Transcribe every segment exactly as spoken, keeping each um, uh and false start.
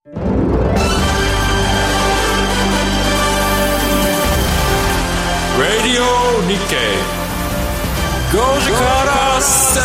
Radio Nikkeiごじから正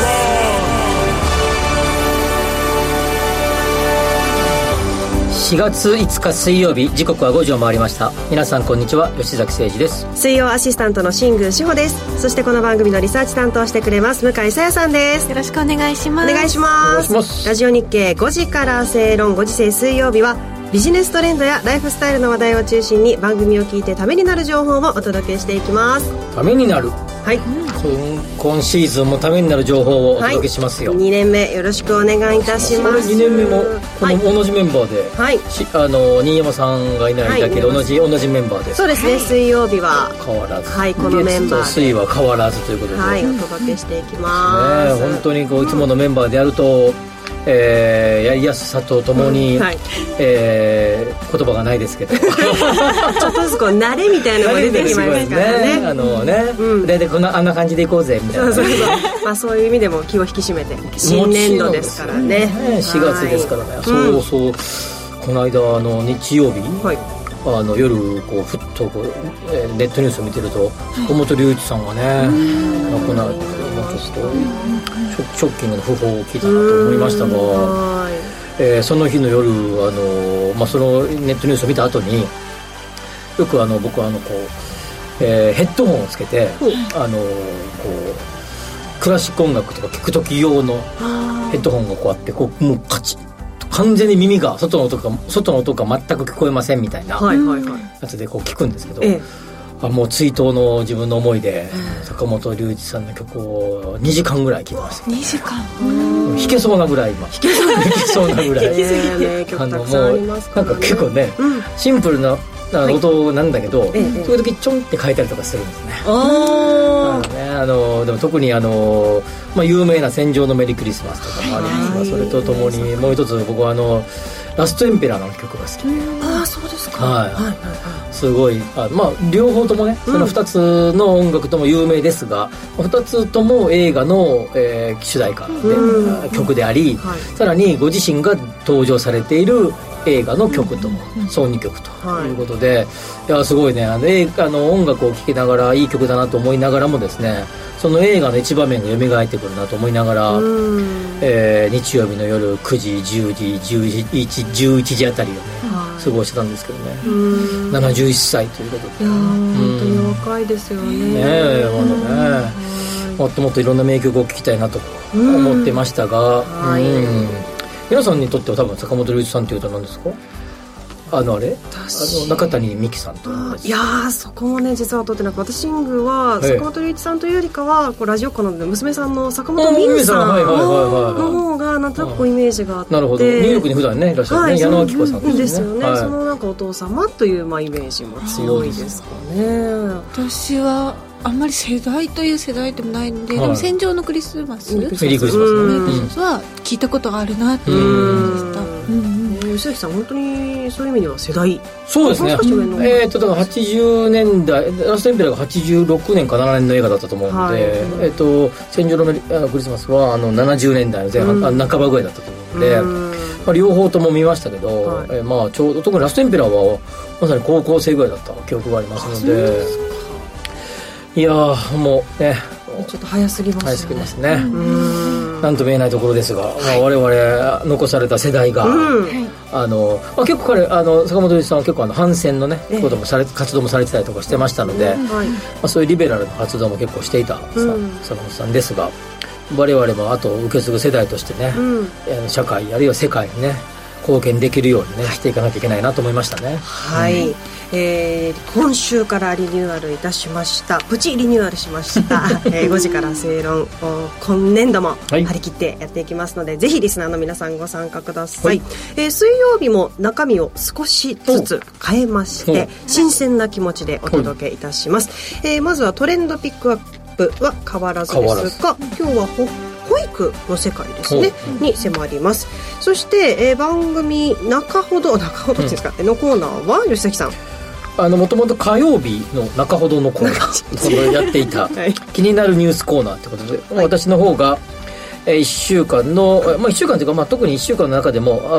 論。 しがついつか水曜日、時刻はごじを回りました。皆さんこんにちは、吉崎誠二です。 水曜アシスタントの新宮志保です。そしてこの番組のリサーチ担当してくれます向井沙耶さんです。 よろしくお願いします。 お願いします。ラジオ日経ごじから正論、ご時世水曜日はビジネストレンドやライフスタイルの話題を中心に番組を聞いてためになる情報をお届けしていきます。 ためになる、 はい、 そう今シーズンもためになる情報をお届けしますよ、 はい、にねんめよろしくお願いいたします。 にねんめもこの同じメンバーで、 はい、 あの新山さんがいないだけで、はい、同じ同じメンバーで、 そうですね、水曜日は変わらず、 はい、このメンバーで月と水は変わらずということで、 はい、お届けしていきます、 ね、本当にこういつものメンバーでやると、えー、やりやすさとともに、うん、はい、えー、言葉がないですけどちょっとずつこう慣れみたいなのが出てきますからね、 あのね、うん、ででこんなあんな感じでいこうぜみたいな、 そうそうそうまあ、そういう意味でも気を引き締めて新年度ですからね、 ね、しがつですからね、そうそう、うん、この間あの日曜日、はい、あの夜こうふっとこう、えー、ネットニュースを見てると坂本龍一さんがね亡くなって、まあ、ちょっとショッキングな訃報を聞いたなと思いましたが、えー、その日の夜あの、まあ、そのネットニュースを見た後によくあの僕はあのこう、えー、ヘッドホンをつけて、うん、あのこうクラシック音楽とか聴く時用のヘッドホンがこうあってこうもうカチッ完全に耳が外の音が外の音が全く聞こえませんみたいなやつでこう聞くんですけど、ええ、あもう追悼の自分の思いで、うん、坂本龍一さんの曲をにじかんぐらい聴いてました。 にじかん弾けそうなぐらい今弾けそうなぐらいえー、あのもうなんか結構ね、うん、シンプルな音なんだけど、はい、そういう時ちょんって変えたりとかするんですね。ああ、ね、あのでも特にあの、まあ、有名な戦場のメリークリスマスとかもありますが、はい、それとともにもう一つ僕はあのラストエンペラーの曲が好きで、 ああそうですか、 はいはいはいはい、すごいあ、まあ、両方ともね、うん、そのふたつの音楽とも有名ですがふたつとも映画の、えー、主題歌で、うん、曲であり、はい、さらにご自身が登場されている映画の曲と、うん、挿入曲ということで、はい、いやすごいねあの映画の音楽を聴きながらいい曲だなと思いながらもですねその映画の一場面が蘇ってくるなと思いながら、えー、日曜日の夜くじじゅうじじゅういちじゅういちじあたりをね、はい、過ごしてたんですけどねななじゅういっさいということで、 いや本当に若いですよね。 ねえ、まだね、もっともっといろんな名曲を聴きたいなと思ってましたが、はい、うん皆さんにとっては多分坂本龍一さんというと何ですか？あのあれあの中谷美紀さんといやーそこもね実は取ってなく私シングは坂本龍一さんというよりかはこうラジオコの娘さんの坂本美紀さんの方がなんとなくイメージがあって、 なるほどニューヨークに普段ねいらっしゃるね、はい、矢野明子さんですね、 ですよね、はい、そのなんかお父様という、まあ、イメージも強いですかね。 私はあんまり世代という世代でもないんで、はい、でも戦場のクリスマスメリークリスマスは聞いたことがあるなって思いました。 吉崎さん本当にそういう意味では世代そうですね、えー、とだからはちじゅうねんだいラストエンペラーがはちじゅうろくねんかななねんの映画だったと思うので、はい、えー、と戦場のメリあのクリスマスはあのななじゅうねんだいの前半、うん、半ばぐらいだったと思うので、うんまあ、両方とも見ましたけど、はい、えーまあ、ちょうど特にラストエンペラーはまさに高校生ぐらいだった記憶がありますので、いやーもうねちょっと早すぎますね。 早すぎますね。うんなんとも言えないところですが、はいまあ、我々残された世代が、うん、あのまあ、結構彼あの坂本龍一さんは結構あの反戦のねこともされ活動もされてたりとかしてましたので、うんはいまあ、そういうリベラルな活動も結構していた、うん、坂本さんですが我々もあと受け継ぐ世代としてね、うん、社会あるいは世界にね貢献できるようにねしていかなきゃいけないなと思いましたね。 はい、うんえー、今週からリニューアルいたしましたプチリニューアルしました、えー、ごじから正論今年度も張り切ってやっていきますので、はい、ぜひリスナーの皆さんご参加ください、はいえー、水曜日も中身を少しずつ変えまして新鮮な気持ちでお届けいたします、えー、まずはトレンドピックアップは変わらずですが今日はほ保育の世界ですね、うん、に迫ります。そして、えー、番組中ほど中ほどですか、うん、のコーナーは吉崎さんあのもともと火曜日の中ほどのコーナーやっていた、はい、気になるニュースコーナーということで、はい、私の方が、えー、いっしゅうかんの、まあ、いっしゅうかんというか、まあ、特にいっしゅうかんの中でもあ、まあ、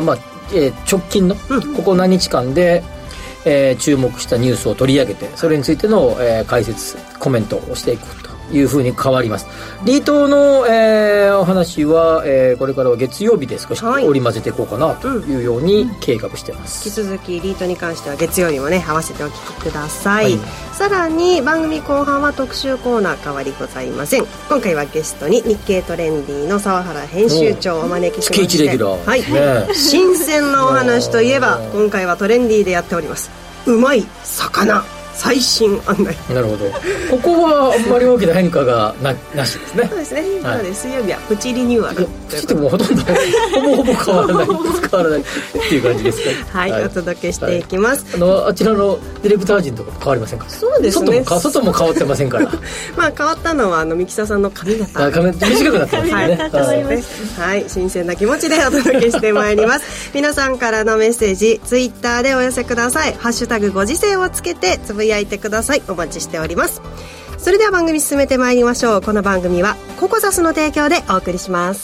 えー、直近のここ何日間で、えー、注目したニュースを取り上げてそれについての、えー、解説コメントをしていくというふうに変わります。リートの、えー、お話は、えー、これからは月曜日で少し織り交ぜていこうかなというように計画しています、 うん、引き続きリートに関しては月曜日もね合わせてお聞きください、はい、さらに番組後半は特集コーナー変わりございません。今回はゲストに日経トレンディの澤原編集長をお招きしまして月いちレギュラー、 はいね、新鮮なお話といえば今回はトレンディでやっておりますうまい魚最新案内。 なるほど。ここはあんまり大きな変化が な, なしですね。 そうですね、はい、なので水曜日はプチリニューアル。 プチってもうほとんどほぼほぼ変わらない変わらないっていう感じですか。 はい、はい、お届けしていきます、 はい、あのあちらのディレクター陣とか変わりませんか。 そうですね、 外も外も変わってませんからまあ変わったのはあのミキサさんの髪型短くなってますよねはい、はい、新鮮な気持ちでお届けしてまいります皆さんからのメッセージツイッターでお寄せください。ハッシュタグご時世をつけてつぶやいてください。お待ちしております。それでは番組進めてまいりましょう。この番組はココザスの提供でお送りします。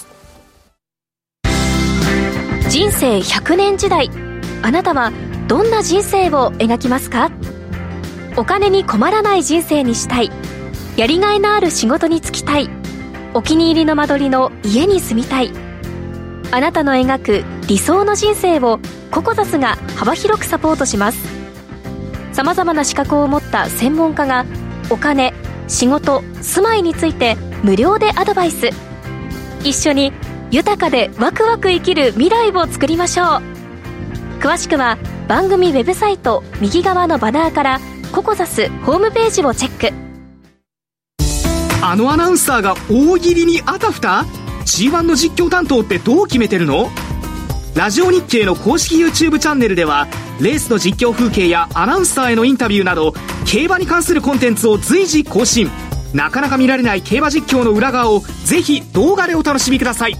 人生ひゃくねん時代、あなたはどんな人生を描きますか。お金に困らない人生にしたい、やりがいのある仕事に就きたい、お気に入りの間取りの家に住みたい。あなたの描く理想の人生をココザスが幅広くサポートします。さまざまな資格を持った専門家がお金、仕事、住まいについて無料でアドバイス。一緒に豊かでワクワク生きる未来を作りましょう。詳しくは番組ウェブサイト右側のバナーからココザスホームページをチェック。 あのアナウンサーが大喜利にあたふた？ ジーワン の実況担当ってどう決めてるの？ラジオ日経の公式 YouTube チャンネルではレースの実況風景やアナウンサーへのインタビューなど競馬に関するコンテンツを随時更新。なかなか見られない競馬実況の裏側をぜひ動画でお楽しみください。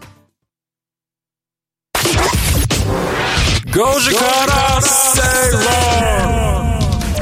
ごじから正論。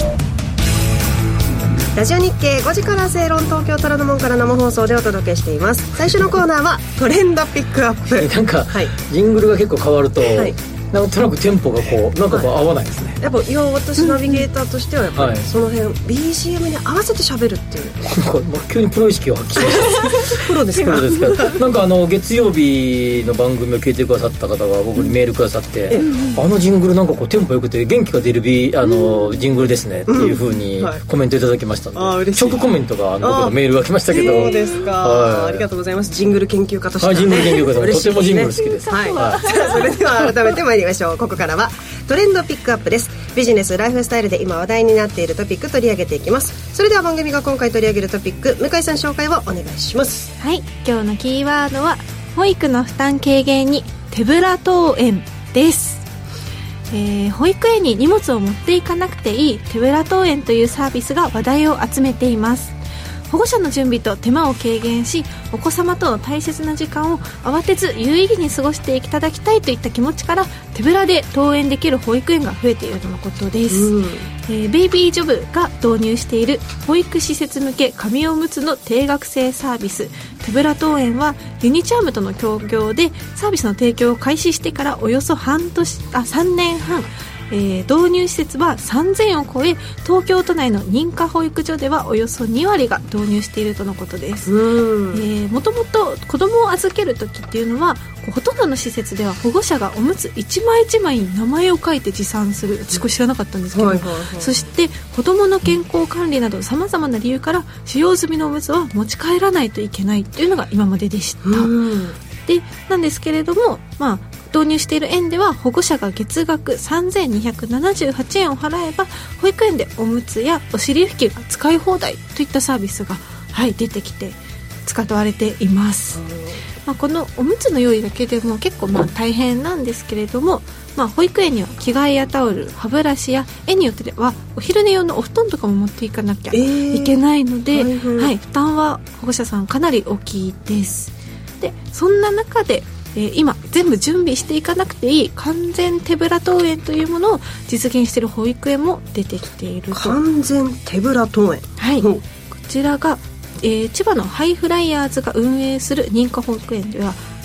ラジオ日経ごじから正論、東京虎ノ門から生放送でお届けしています。最初のコーナーはトレンドピックアップ。 なんか、はい、ジングルが結構変わると、はい、なんとなくテンポがこうなんかこう合わないですね、はい、 やっぱ要は私ナビゲーターとしてはやっぱりその辺、はい、ビージーエム に合わせて喋るっていうなんか急にプロ意識を発揮しましたプロですか。 プロですかなんかあの月曜日の番組を聞いてくださった方が僕にメールくださって、うん、あのジングルなんかこうテンポよくて元気が出るビあの、うん、ジングルですねっていう風にコメントいただきましたので、うんはい、直コメントがあの僕のメールが来ましたけど。 そうですか、はい、ありがとうございます。ジングル研究家としては、ね、 ジングル研究家でもとてもジングル好きです、 はいはい、それでは改めて参りましょう。ここからはトレンドピックアップです。ビジネスライフスタイルで今話題になっているトピック取り上げていきます。それでは番組が今回取り上げるトピック、向井さん紹介をお願いします。 はい、今日のキーワードは保育の負担軽減に手ぶら登園です。えー、保育園に荷物を持っていかなくていい手ぶら登園というサービスが話題を集めています。保護者の準備と手間を軽減し、お子様との大切な時間を慌てず有意義に過ごしていただきたいといった気持ちから手ぶらで登園できる保育園が増えているとのことです、うんえー、ベイビージョブが導入している保育施設向け紙おむつの定額制サービス手ぶら登園はユニチャームとの協業でサービスの提供を開始してからおよそ半年あさんねんはん、えー、導入施設はさんぜんを超え、東京都内の認可保育所ではおよそにわりが導入しているとのことです。もともと子供を預けるときっていうのはほとんどの施設では保護者がおむつ一枚一枚に名前を書いて持参する、私これ知らなかったんですけど、はいはいはい、そして子供の健康管理などさまざまな理由から使用済みのおむつは持ち帰らないといけないというのが今まででした。でなんですけれども、まあ導入している園では保護者が月額さんぜんにひゃくななじゅうはちえんを払えば保育園でおむつやお尻拭きが使い放題といったサービスが、はい、出てきて使われています。まあ、このおむつの用意だけでも結構まあ大変なんですけれども、まあ、保育園には着替えやタオル、歯ブラシや園によってはお昼寝用のお布団とかも持っていかなきゃいけないので、えーはい、負担は保護者さんかなり大きいです。でそんな中でえー、今全部準備していかなくていい完全手ぶら登園というものを実現している保育園も出てきていると。 完全手ぶら登園、 はい、こちらが、えー、千葉のハイフライヤーズが運営する認可保育園では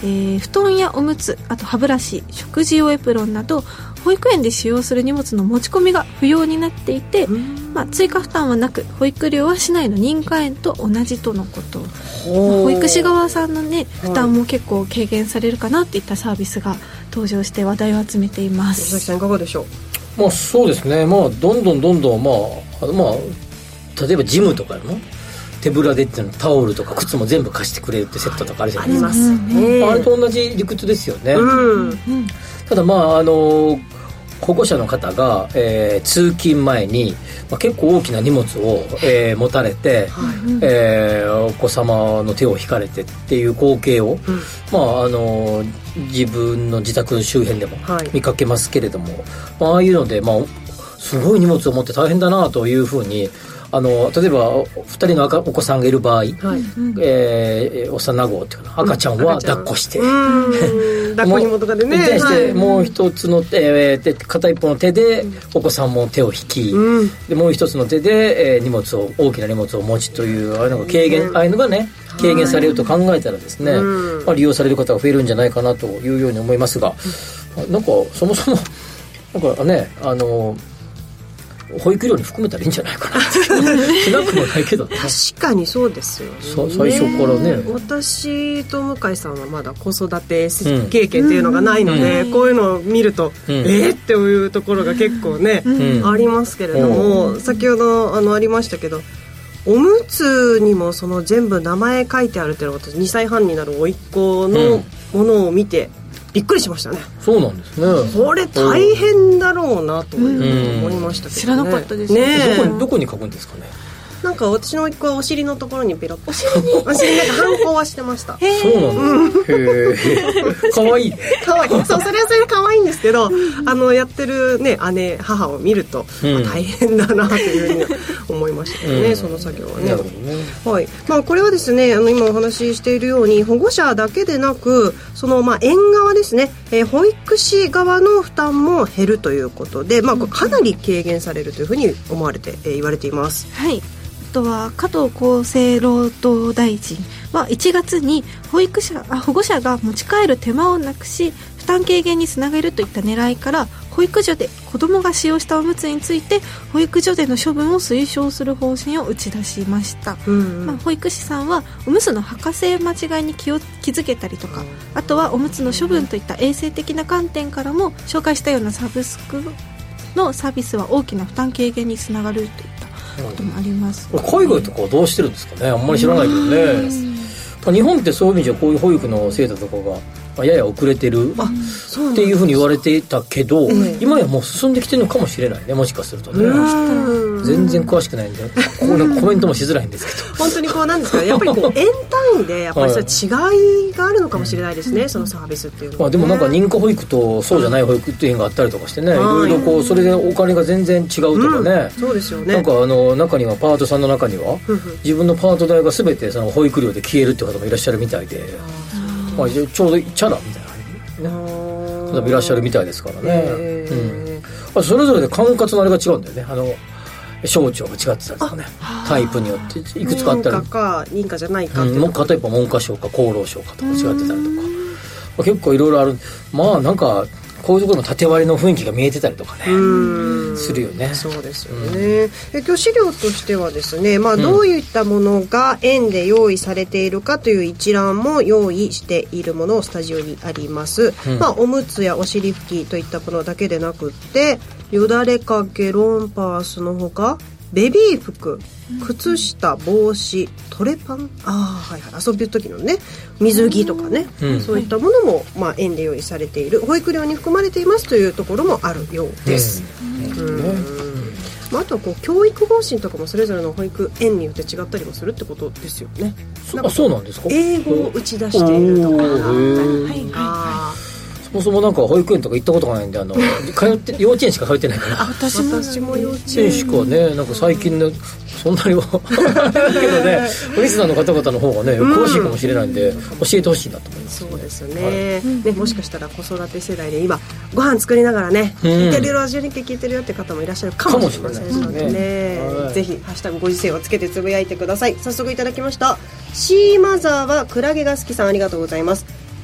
えー、布団やおむつ、あと歯ブラシ、食事用エプロンなど保育園で使用する荷物の持ち込みが不要になっていて、まあ、追加負担はなく保育料は市内の認可園と同じとのこと。まあ、保育士側さんの、ね、負担も結構軽減されるかなっていったサービスが登場して話題を集めています。 吉崎さんいかがでしょう。 まあ、そうですね、まあ、どんどんどんどん、まあまあ、例えばジムとかの手ぶらでっていうのタオルとか靴も全部貸してくれるってセットとかあるじゃないですか。ありますね。あれと同じ理屈ですよね、うん、ただまああの保護者の方が、えー、通勤前に、まあ、結構大きな荷物を、えー、持たれて、はい、えー、お子様の手を引かれてっていう光景を、うん、まああの自分の自宅周辺でも見かけますけれども、はい、まあ、ああいうので、まあ、すごい荷物を持って大変だなというふうに、あの例えばふたりのお子さんがいる場合、はい、えー、幼子っていうか赤ちゃんは抱っこして、 うん、抱っこ紐とかでね、 に対してもう一つの手、えー、片一方の手でお子さんも手を引き、うん、でもう一つの手で、えー、荷物を大きな荷物を持ちというああいうのが軽減、うん、ああいうのがね軽減されると考えたらですね、うん、まあ、利用される方が増えるんじゃないかなというように思いますが、うん、なんかそもそもなんかね、あの保育料に含めたらいいんじゃないかなしなくもないけど、ね、 確かにそうですよね。 最初からね、 私と向井さんはまだ子育て経験っていうのがないので、うん、こういうのを見ると、うん、えーっていうところが結構ね、うん、ありますけれども、うん、先ほどあのありましたけど、おむつにもその全部名前書いてあるっていうのがにさいはんになる甥っ子のものを見て、びっくりしましたね。 そうなんですね。 これ大変だろうなと思いましたけどね。 知らなかったですね。 どこにどこに書くんですかね。 なんか私の甥っ子はお尻のところにペロッとお尻にお尻になんか反抗はしてました。 そうなんですか。へえ。可愛いね。 可愛い。そう、それはそれで可愛いんですけど、あのやってるね姉母を見ると、うん、まあ、大変だなというふうに思いましたけどね、うん、その作業はね。なるほどね。はい。まあこれはですね、あの今お話ししているように保護者だけでなく、そのまあ園側ですね、えー、保育士側の負担も減るということで、まあかなり軽減されるというふうに思われて、えー、言われています。 はい。あとは加藤厚生労働大臣はいちがつに保育者あ保護者が持ち帰る手間をなくし負担軽減につなげるといった狙いから、保育所で子どもが使用したおむつについて保育所での処分を推奨する方針を打ち出しました。うんうん、まあ、保育士さんはおむつの履かせ間違いに気を気づけたりとか、あとはおむつの処分といった衛生的な観点からも紹介したようなサブスクのサービスは大きな負担軽減につながるといったこともあります、ね。 海外とかはどうしてるんですかね。あんまり知らないけどね。日本ってそういう意味じゃこういう保育の制度とかがやや遅れてるっていうふうに言われていたけど、今やもう進んできてるのかもしれないね、もしかするとね。全然詳しくないんでここコメントもしづらいんですけど本当にこうなんですか、やっぱりこう園単位でやっぱりそれ違いがあるのかもしれないですね、そのサービスっていうのは、ね。まあ、でもなんか認可保育とそうじゃない保育園があったりとかしてね、いろいろこうそれでお金が全然違うとかね、 うん、そうですよね。 なんかあの中にはパートさんの中には自分のパート代が全てその保育料で消えるって方もいらっしゃるみたいで、まあ、ちょうどチャラみたいなね、いらっしゃるみたいですからね、うん、それぞれで管轄のあれが違うんだよね。あの省庁が違ってたりとかね、タイプによっていくつかあったり、 認可か認可じゃないかっていう、 うん、例えば文科省か厚労省かとか違ってたりとか、まあ、結構いろいろある。まあなんかこういうところの縦割りの雰囲気が見えてたりとかね、うんするよね。 そうですよね、うん、今日資料としてはですね、まあ、どういったものが園で用意されているかという一覧も用意しているものをスタジオにあります、うん、まあ、おむつやお尻拭きといったものだけでなくって、よだれかけ、ロンパースのほかベビー服、靴下、帽子、トレパン、あ、はいはい、遊ぶ時のね水着とかね、うん、そういったものも、まあ、園で用意されている、保育料に含まれていますというところもあるようです、うんうんうん、まあ、あとはこう教育方針とかもそれぞれの保育園によって違ったりもするってことですよね。 あ、そうなんですか。 英語を打ち出しているとか、はいはい、 そもそもなんか保育園とか行ったことがないんで、あの通って幼稚園しか通ってないから。 あ、私も私も幼稚園しかね、なんか最近のそんなにはだけどね、リスナーの方々の方がね詳しいかもしれないんで、うん、教えてほしいなと思います、ね。そうですね、はい、 ね、もしかしたら子育て世代で今ご飯作りながらね、うん、聞いてるよ、ラジオ日経聞いてるよって方もいらっしゃるかもしれませんのでね、はい、ぜひハッシュタグご時世をつけてつぶやいてください。早速いただきました。シーマザーはクラゲが好きさん、ありがとうございます。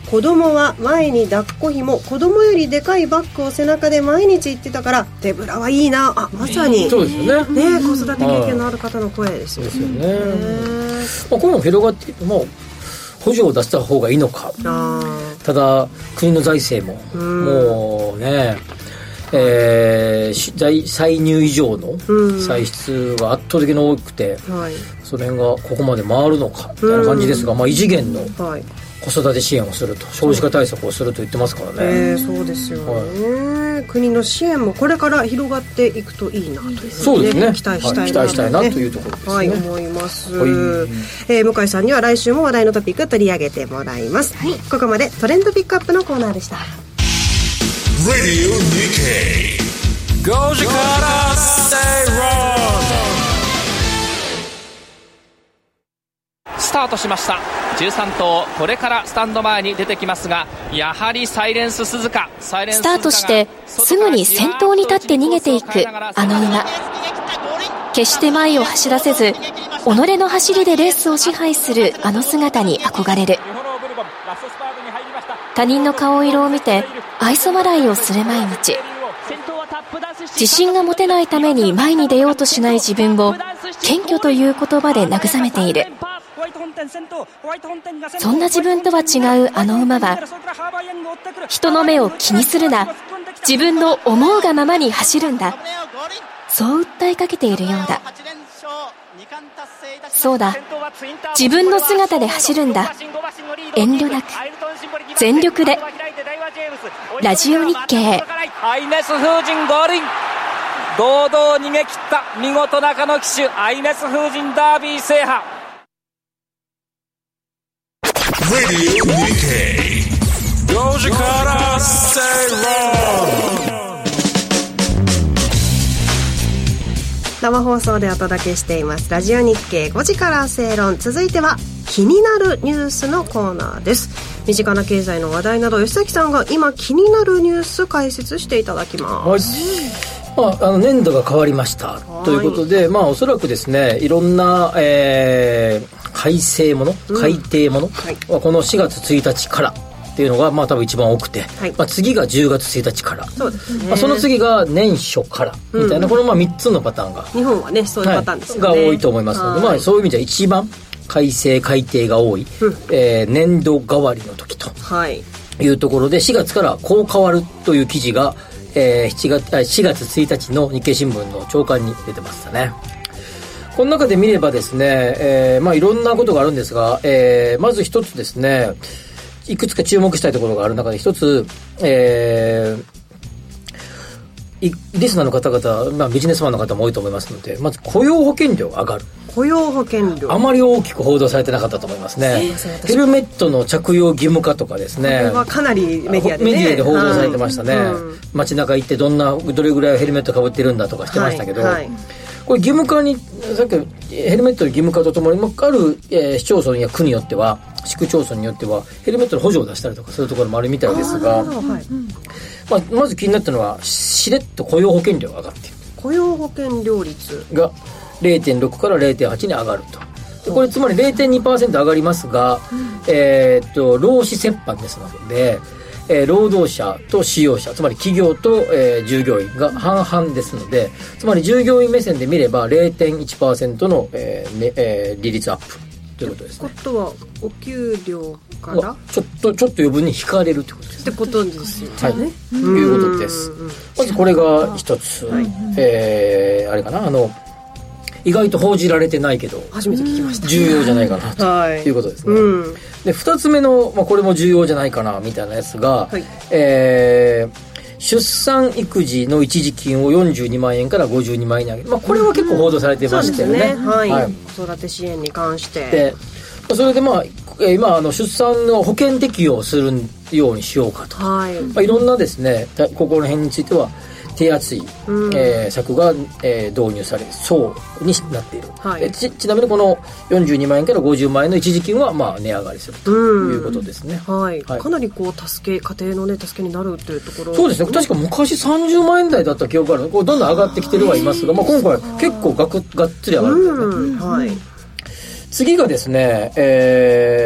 子供は前に抱っこひも、子供よりでかいバッグを背中で毎日言ってたから手ぶらはいいな。あ、まさに、 そうですよね。 ね、子育て経験のある方の声ですよね。 ですよね。まあ、これも広がってもう補助を出した方がいいのか。ただ国の財政ももうね、えー、歳入以上の歳出が圧倒的に多くて、はい、それがここまで回るのかみたいな感じですが、まあ、異次元の子育て支援をすると、少子化対策をすると言ってますからね。 えー、そうですよね、はい、国の支援もこれから広がっていくといいなという、ね、 そうですね、 期待したいな、 はい、期待したいなというところですね、 はい、思います、 はい。 えー、向井さんには来週も話題のトピック取り上げてもらいます、はい、ここまでトレンドピックアップのコーナーでした。 Radio Nikkeiごじから Stay Wrong。 スタートしました。じゅうさん頭これからスタンド前に出てきますが、やはりサイレンス鈴鹿。サイレンススタートしてすぐに先頭に立って逃げていくあの馬、決して前を走らせず己の走りでレースを支配するあの姿に憧れる。他人の顔色を見て愛想笑いをする毎日。自信が持てないために前に出ようとしない自分を謙虚という言葉で慰めている。そんな自分とは違うあの馬は、人の目を気にするな、自分の思うがままに走るんだ、そう訴えかけているようだ。そうだ、自分の姿で走るんだ、遠慮なく全力で。ラジオ日経。 アイネス風神合輪、堂々逃げ切った見事中野騎手、アイネス風神ダービー制覇。 Radio Nikkeiごじから Stay Wrong。 生放送でお届けしていますラジオ日経ごじから正論。続いては気になるニュースのコーナーです。身近な経済の話題など吉崎さんが今気になるニュース解説していただきます。 はい、まあ、あの年度が変わりましたということで、まあ、おそらくですね、いろんな、えー、改正もの、改定ものはこのしがつついたちからっていうのが、まあ、多分一番多くて、はい、まあ、次がじゅうがつついたちから、そうですね、まあ、その次が年初からみたいな、うん、このまあみっつのパターンが日本はね、そういうパターンですよね、 はい、が多いと思いますので、まあ、そういう意味では一番改正改定が多い、うん、えー、年度代わりの時というところで、しがつからこう変わるという記事が、えー、しちがつ、しがつついたちの日経新聞の朝刊に出てましたね。この中で見ればですね、えー、まあいろんなことがあるんですが、えー、まず一つですね、いくつか注目したいところがある中で一つ、えー、リスナーの方々、まあ、ビジネスマンの方も多いと思いますので、まず雇用保険料が上がる。 雇用保険料、 あまり大きく報道されてなかったと思いますね。ヘルメットの着用義務化とかですね、 これはかなりメディアでね、 メディアで報道されてましたね、うん、街中行ってどんなどれぐらいヘルメットかぶってるんだとかしてましたけど、はいはい、これ義務化に、さっきヘルメットの義務化とともにある、えー、市町村や区によっては、市区町村によってはヘルメットの補助を出したりとかするところもあるみたいですが、はい、まあ、まず気になったのはしれっと雇用保険料が上がっている。 雇用保険料率が れいてんろく から れいてんはち に上がると。でこれつまり れいてんにパーセント 上がりますが、うん、えー、っと労使折半ですので、えー、労働者と使用者、つまり企業と、えー、従業員が半々ですので、つまり従業員目線で見れば れいてんいちパーセント の、えーねえー、利率アップということですね。 ということはお給料からちょっとちょっと余分に引かれるということですね。 ってことですよね。 はい、ということです。まずこれが一つ、はい、えー、あれかな、あの意外と報じられてないけど初めて聞きました。 重要じゃないかなと、はい、いうことですね。うん、でふたつめの、まあ、これも重要じゃないかなみたいなやつが、はい、えー、出産育児の一時金をよんじゅうにまんえんからごじゅうにまんえんに上げる、まあ、これは結構報道されてましたよね。 うん、そうですね、はいはい、子育て支援に関してで、それでまあ今あの出産の保険適用するようにしようかと、はい、まあ、いろんなですね、ここの辺については手厚い、うん、えー、策が、えー、導入されそうになっている、はい、ち, ちなみにこのよんじゅうにまんえんからごじゅうまんえんの一時金はまあ値上がりするということですね。 うん、はいはい、かなりこう助け家庭の、ね、助けになるというところ。 そうですね、確か昔さんじゅうまんえん台だった記憶がある。こうどんどん上がってきてるはいますが、まあ、今回結構がくがっつり上がるんだよね。うん、はい、次がですね、えー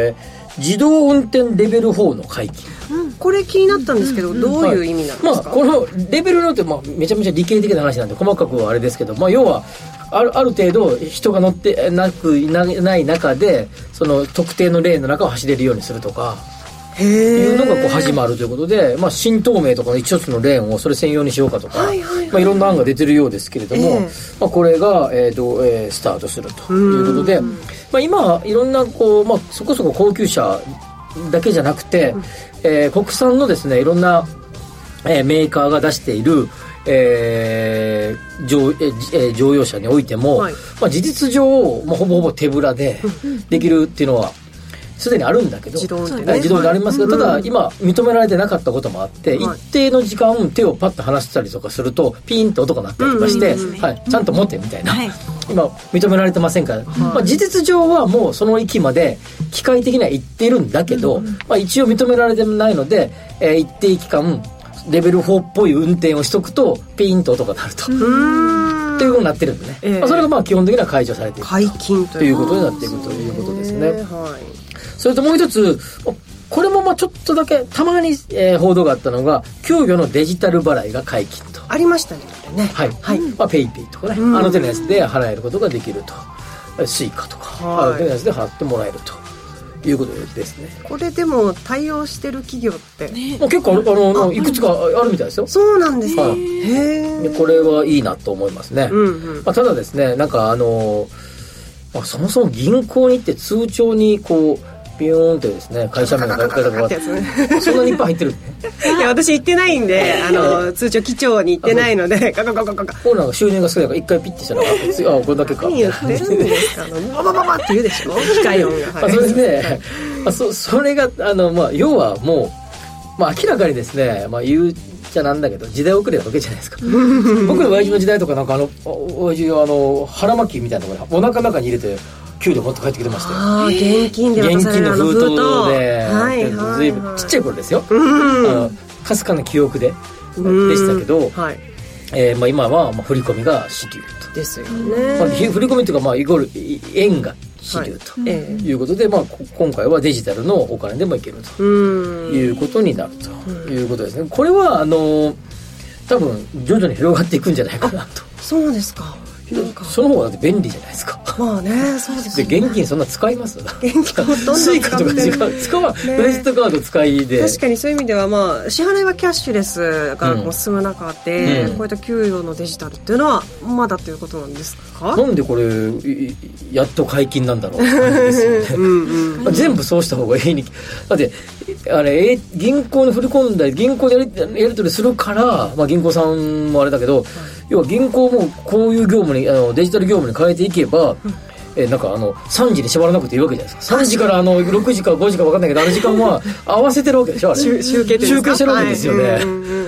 自動運転レベルフォーの解禁、 うん、これ気になったんですけど、うんうん、どういう意味なんですか？ はい、まあ、このレベルのって、まあ、めちゃめちゃ理系的な話なんで細かくはあれですけど、まあ、要はある、ある程度人が乗ってなくいない中でその特定のレーンの中を走れるようにするとかいうのがこう始まるということで、まあ、新東名とかの一つのレーンをそれ専用にしようかとか、はいはいはい、まあ、いろんな案が出てるようですけれども、えーまあ、これが、えーとえー、スタートするということで、まあ、今いろんなこう、まあ、そこそこ高級車だけじゃなくて、うん、えー、国産のですねいろんな、えー、メーカーが出しているえー、乗, えー、乗用車においても、はい、まあ、事実上、まあ、ほぼほぼ手ぶらでできるっていうのはすでにあるんだけど、自動で、ね、自動でありますが、はい、ただ今認められてなかったこともあって、はい、一定の時間手をパッと離したりとかするとピーンと音が鳴ったりとかして、はい、ちゃんと持ってみたいな、はい、今認められてませんから、はい、まあ、事実上はもうその域まで機械的には行っているんだけど、うん、まあ、一応認められてないので、えー、一定期間レベルフォーっぽい運転をしとくとピーンと音が鳴るとというふうになってるんでね、えーまあ、それがまあ基本的には解除されていく解禁ということになっていくということですね、 えーはい、 それともう一つこれもまあちょっとだけたまに、えー、報道があったのが給与のデジタル払いが解禁とありましたね、 はいはい、まあ、ペイペイとかね、あの手のやつで払えることができると、スイカとか、はい、あの手のやつで払ってもらえるということですね。 これでも対応してる企業って、ね、 まあ、結構あのあいくつかあるみたいですよ。 そうなんですね、 はい、へでこれはいいなと思いますね、うんうん、まあ、ただですねなんかあの、まあ、そもそも銀行に行って通帳にこうビヨーンってですね会社名が書かれたとかそんなにいっぱい入ってるいや私行ってないんであの通帳記帳に行ってないのでガガガガガガこうなんか収入が少ないから一回ピッてしたらあこれだけか何言ってるんですかババババって言うでしょ機械音が、 はい、あそれでねあ そ, それがあの、まあ、要はもう、まあ、明らかにですね、まあ、言うじゃなんだけど時代遅れなわけじゃないですか僕の親父の時代とかなんかあの親父はあの腹巻きみたいなところにお腹の中に入れて給料持って帰ってきてましたよ。 あ現金で渡される現金の封筒で、 はいはい、 随分ちっちゃい頃ですよ、うん、あのかすかな記憶ででしたけど、はい、えーまあ、今はまあ振り込みが支流とですよね、 まあ、振り込みというかまあイコール円が支流ということで、はい、まあ、今回はデジタルのお金でもいけるということになるということですね。これはあの多分徐々に広がっていくんじゃないかなと。 そうですか。 その方がだって便利じゃないですか。 まあね、そうですね。 で現金そんな使います？ 現金ほとんど使ってる。スイカとか使わ、 クレジットカード使いで。 確かにそういう意味ではまあ支払いはキャッシュレスがこう進む中で、うん、こういった給与のデジタルっていうのはまだということなんですか？ なんでこれやっと解禁なんだろうって感じですよね。うん、うん、まあ、全部そうした方がいいに。だってあれ銀行に振り込んだり銀行でやり、やり取りするから、まあ、銀行さんもあれだけど、はい、要は銀行もこういう業務にあのデジタル業務に変えていけば、うん、えなんかあのさんじに縛らなくていいわけじゃないですか。さんじからあのろくじかごじか分かんないけどあの時間は合わせてるわけでしょあれ集計集計してるわけですよね、はい、うんうん、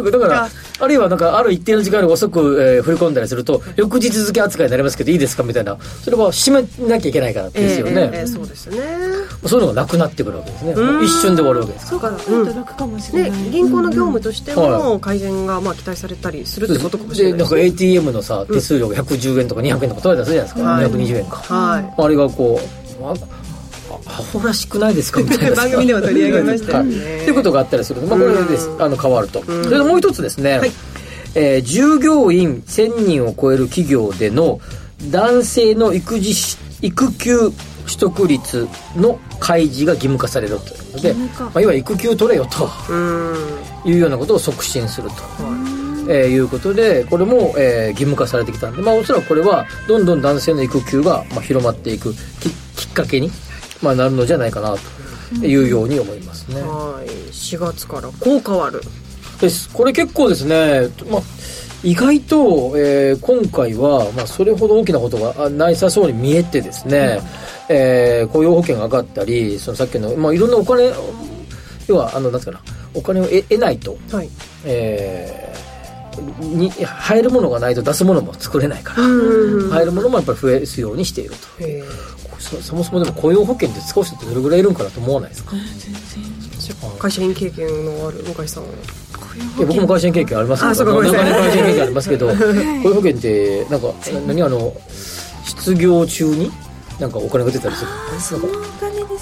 だからあるいはなんかある一定の時間より遅く、えー、振り込んだりすると翌日付扱いになりますけどいいですかみたいな、それは締めなきゃいけないからですよね、えーえー、 そうですね。 そういうのがなくなってくるわけですね。一瞬で終わるわけです。 そうか、うん、楽かもしれない、ね、銀行の業務としても改善がまあ期待されたりするってことかもしれないですね。 でなんか エーティーエム のさ手数料がひゃくじゅうえんとかにひゃくえんとか取られたりするじゃないですか、はい、にひゃくにじゅうえんか、はい、あれがこう、まあアホらしくないですかみたいな番組でも取り上げましたよねということがあったりするので、まあ、これですあの変わると。それともう一つですね、はい、えー、従業員せんにんを超える企業での男性の育児育休取得率の開示が義務化されるというので、まあ、いわゆる育休取れよというようなことを促進すると、えー、いうことでこれも、えー、義務化されてきたんで、まあ、おそらくこれはどんどん男性の育休が、まあ、広まっていく き, きっかけに、まあ、なるのじゃないかなというように思いますね、うん、 はいしがつからこう変わるです。これ結構ですね、まあ、意外と、えー、今回は、まあ、それほど大きなことがないさそうに見えてですね、うん、えー、雇用保険が上がったりそのさっきの、まあ、いろんなお金要はあのなんていうかなお金を得, 得ないと、はい、えー、に入るものがないと出すものも作れないから入るものもやっぱり増やすようにしていると。へ そ, そもそもでも雇用保険って使う人ってどれぐらいいるんかなと思わないですか？全然会社員経験のある向井さんは。 いや僕も会社員経験ありますけど、長年会社員経験ありますけど雇用保険ってなんか何あの失業中になんかお金が出たりする。 そのお金です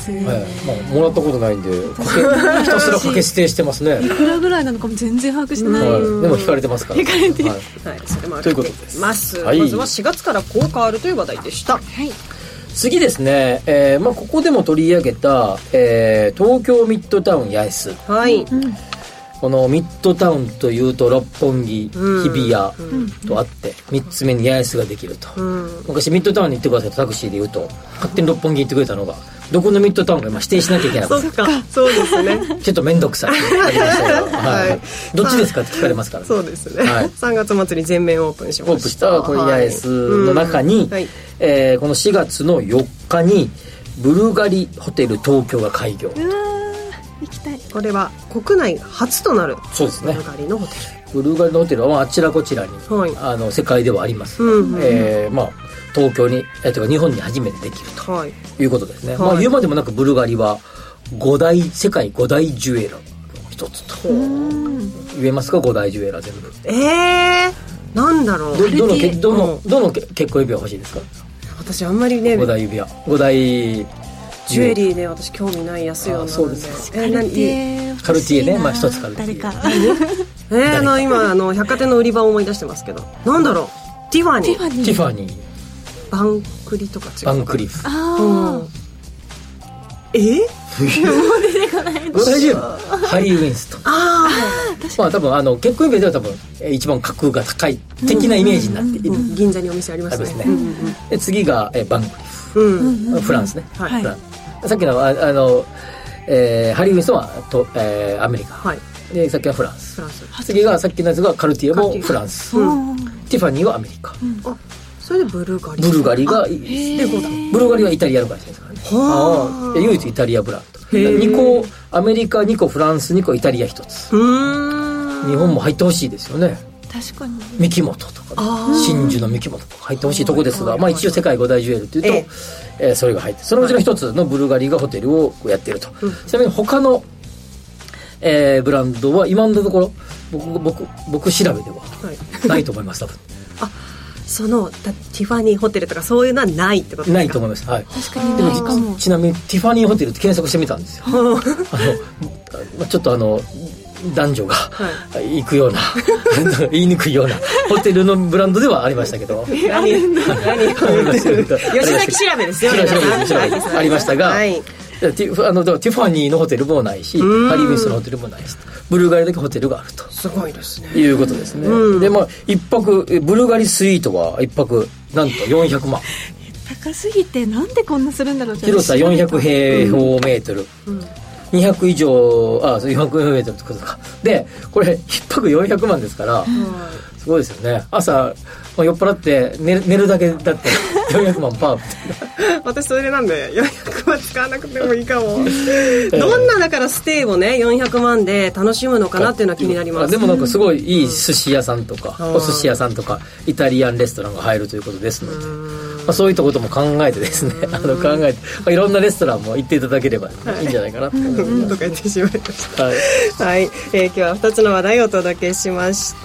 ですね、 はい、まあ、もらったことないんでひたすら掛け捨てしてますね。 いくらぐらいなのかも全然把握してない、 はい、でも引かれてますから、 引かれて、 はいはい、それもあというることですます、 はい、 まずはしがつからこう変わるという話題でした。 はい、 次ですね、えーまあ、ここでも取り上げた、えー、東京ミッドタウン八重洲、 はい、 うん、 このミッドタウンというと六本木、 うん、 日比谷とあってみっつめに八重洲ができると、うん、昔ミッドタウンに行ってくださいとタクシーで言うと勝手に六本木に行ってくれたのがどこのミッドタウンか今指定しなきゃいけなかった。 そっか、そうですねちょっと面倒くさいありましたよ、はいはい、どっちですかって聞かれますから、ね、 そうですね、はい、さんがつ末に全面オープンしました。 オープンしたこれ八重洲の中に、はい、はい、えー、このしがつのよっかにブルガリホテル東京が開業。 うわ行きたい。 これは国内初となるそうですね、 ブルガリのホテル。ブルガリのホテルはあちらこちらに、はい、あの世界ではあります、うんうん、えー、まあ、東京に、えー、とか日本に初めてできると、はい、いうことですね、はい、まあ、言うまでもなくブルガリはご大世界ご大ジュエラーの一つと言えますか。ご大ジュエラー全部。 えー、なんだろう。 ど, どのどのどの結婚指輪欲しいですか。 私あんまりね、 ご大指輪ご大ジュエリーで私興味ない安いようなので。 そうです。 えー、何カルティエね、まあ一つカルティエ。 誰かえー、あの今あの百貨店の売り場を思い出してますけど、なんだろう。ティファニー。 ティファニー。 バンクリとか違う。 バンクリフ。 ああ。 え？もう出てこない。 大丈夫。ハリー・ウィンストン。 ああ。 まあ多分あの結婚指輪では多分一番格が高い的なイメージになっている。 うんうんうん、銀座にお店ありますね。 ですね。うんうん、で次がえバンクリフ。うんうん、フランスね。はい。フランス。さっきのああの、えー、ハリー・ウィンストンはと、えー、アメリカ。はい。でさっきはフランス。フランス。次がさっきのやつがカルティエもフランス。うん、ティファニーはアメリカ。うん、あ、 それでブルガリ。 ブルガリがでブルガリはイタリアの会社ですからね。はあ。唯一イタリアブランド。にこアメリカにこフランスにこイタリアひとつ。うーん。日本も入ってほしいですよね。 確かに。 三木本とか、ね、真珠の三木本とか入ってほしいとこですが、まあ一応世界五大ジュエルというと、ええー、それが入ってそのうちの一つのブルガリがホテルをやっていると、うん、ちなみに他の、えー、ブランドは今のところ僕僕僕調べではないと思います、多分。 あ、そのティファニーホテルとかそういうのはないってことですか。 ないと思います、はい、 確かに。 でもちなみにティファニーホテルって検索してみたんですよあのちょっとあの男女が、はい、行くような言いにくいようなホテルのブランドではありましたけど何何吉崎調べですよありましたが、はい、ティあのティファニーのホテルもないしハリー・ウィンストンのホテルもないしブルガリだけホテルがあると。 すごいですね。 いうことですね。でまあ一泊ブルガリスイートは一泊なんとよんひゃくまん高すぎてなんでこんなするんだろう。 広さよんひゃくへいほうメートル、うんうん、にひゃく以上あよんひゃくメートルってことか。でこれ一泊よんひゃくまんですから、うん、すごいですよね。朝、まあ、酔っ払って寝る、寝るだけだってよんひゃくまんパー私それなんでよんひゃくまん使わなくてもいいかもどんなだからステイをねよんひゃくまんで楽しむのかなっていうのは気になります。 でもなんかすごいいい寿司屋さんとか、うん、お寿司屋さんとかイタリアンレストランが入るということですので、まあ、そういったことも考えてですねあの考えて、まあ、いろんなレストランも行っていただければいいんじゃないかなと思います、 はい、とか言ってしまいましたはい、はい、えー、今日はふたつの話題をお届けしました。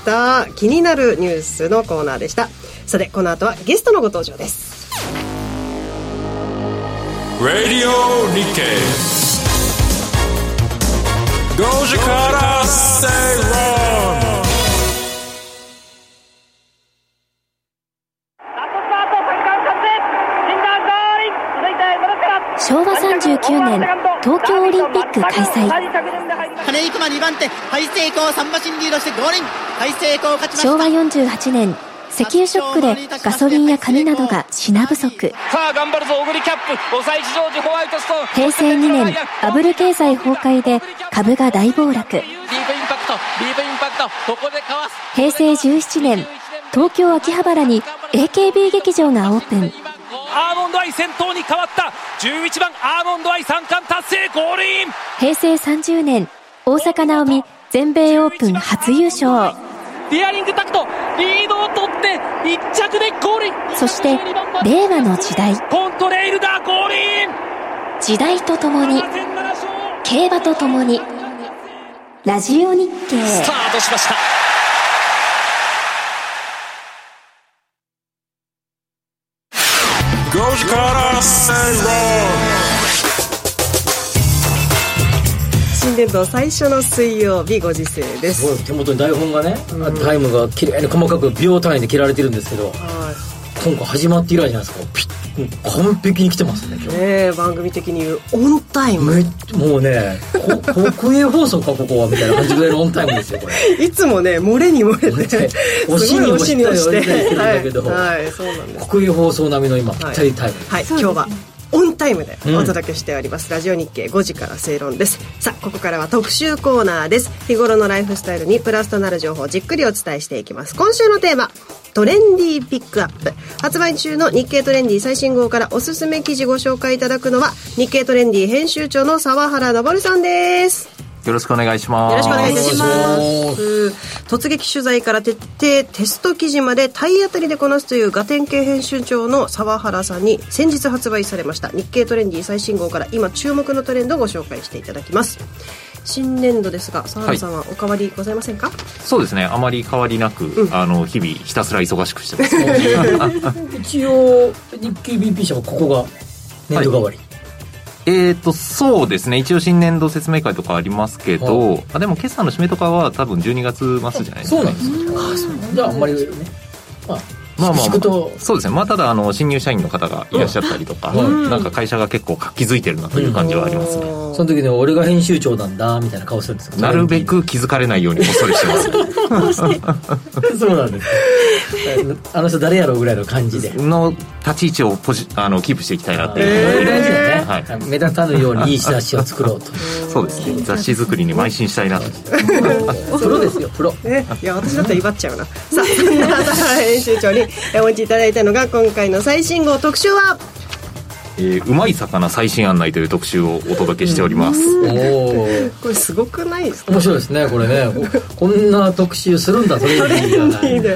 気になるニュースのコーナーでした。さてこの後はゲストのご登場です。 ラディオ日経ごじから正論。 しょうわさんじゅうきゅうねん東京オリンピック開催。 金井熊にばん手、大成功さん馬身リードしてゴールイン。大成功勝ちました。 しょうわよんじゅうはちねん石油ショックでガソリンや紙などが品不足。 さあ頑張るぞ小栗キャップ、抑えジョージホワイトストーン。 平成にねんバブル経済崩壊で株が大暴落。 ディープインパクトディープインパクトここでかわす。 平成じゅうななねん東京秋葉原に エーケービー 劇場がオープン。 アーモンドアイ先頭に変わった。じゅういちばんアーモンドアイ三冠達成ゴールイン。 平成さんじゅうねん大坂なおみ全米オープン初優勝。 デアリングタクトリードを取っていっ着でゴールイン。 そして令和の時代コントレイルだゴールイン。 時代とともに競馬とともにラジオ日経スタートしました。 ごじから正論。 新年度最初の水曜日ご時世です。 すごい手元に台本がね、うん、タイムがきれいに細かく秒単位で切られてるんですけど、はい、今回始まって以来じゃないですか。ピッ完璧に来てますね今日ね。番組的に言うオンタイム、 もうね国営放送かここはみたいな感じぐらいのオンタイムですよこれ。 いつもね漏れに漏れて押しに押したり押したりしてるんだけど、 はいはい、そうなんです。 国営放送並みの今ぴったりタイム、 はい、はい、今日はオンタイムでお届けしております、うん、ラジオ日経ごじから正論です。さあここからは特集コーナーです。日頃のライフスタイルにプラスとなる情報をじっくりお伝えしていきます。今週のテーマ、トレンディーピックアップ。発売中の日経トレンディ最新号からおすすめ記事ご紹介いただくのは日経トレンディ編集長の澤原昇さんです。 よろしくお願いします。 よろしくお願いいたします。突撃取材から徹底テスト記事まで体当たりでこなすというガテン系編集長の澤原さんに先日発売されました日経トレンディ最新号から今注目のトレンドをご紹介していただきます。新年度ですが澤原さんはお変わりございませんか？はい、 そうですね、あまり変わりなく、うん、あの日々ひたすら忙しくしてます一応日経 ビーピー 社はここが年度替わり、はい、 えーとそうですね、一応新年度説明会とかありますけど、はい、あでも決算の締めとかは多分じゅうにがつ末じゃないですか、ね、 そうなんですか。あそうじゃああんまりね、まあまあまあまあ、そうですね、まあ、ただあの新入社員の方がいらっしゃったりとか、うん、なんか会社が結構活気づいてるなという感じはありますね、 うん、その時に俺が編集長なんだみたいな顔するんですか？ なるべく気づかれないようにこっそりしてますそうなんですあの人誰やろうぐらいの感じでの立ち位置をポジあのキープしていきたいなっていう、 えー、大事だね、はい、目立たぬようにいい雑誌を作ろうとそうですね、雑誌作りに邁進したいなとプロですよプロ、 ね、いや私だったら威張っちゃうなさあそんな編集長にお持ちいただいたのが今回の最新号特集は、 えー、うまい魚最新案内という特集をお届けしております。 おこれすごくないですか？ 面白いですねこれねこんな特集するんだトレンディーじゃないで、はい、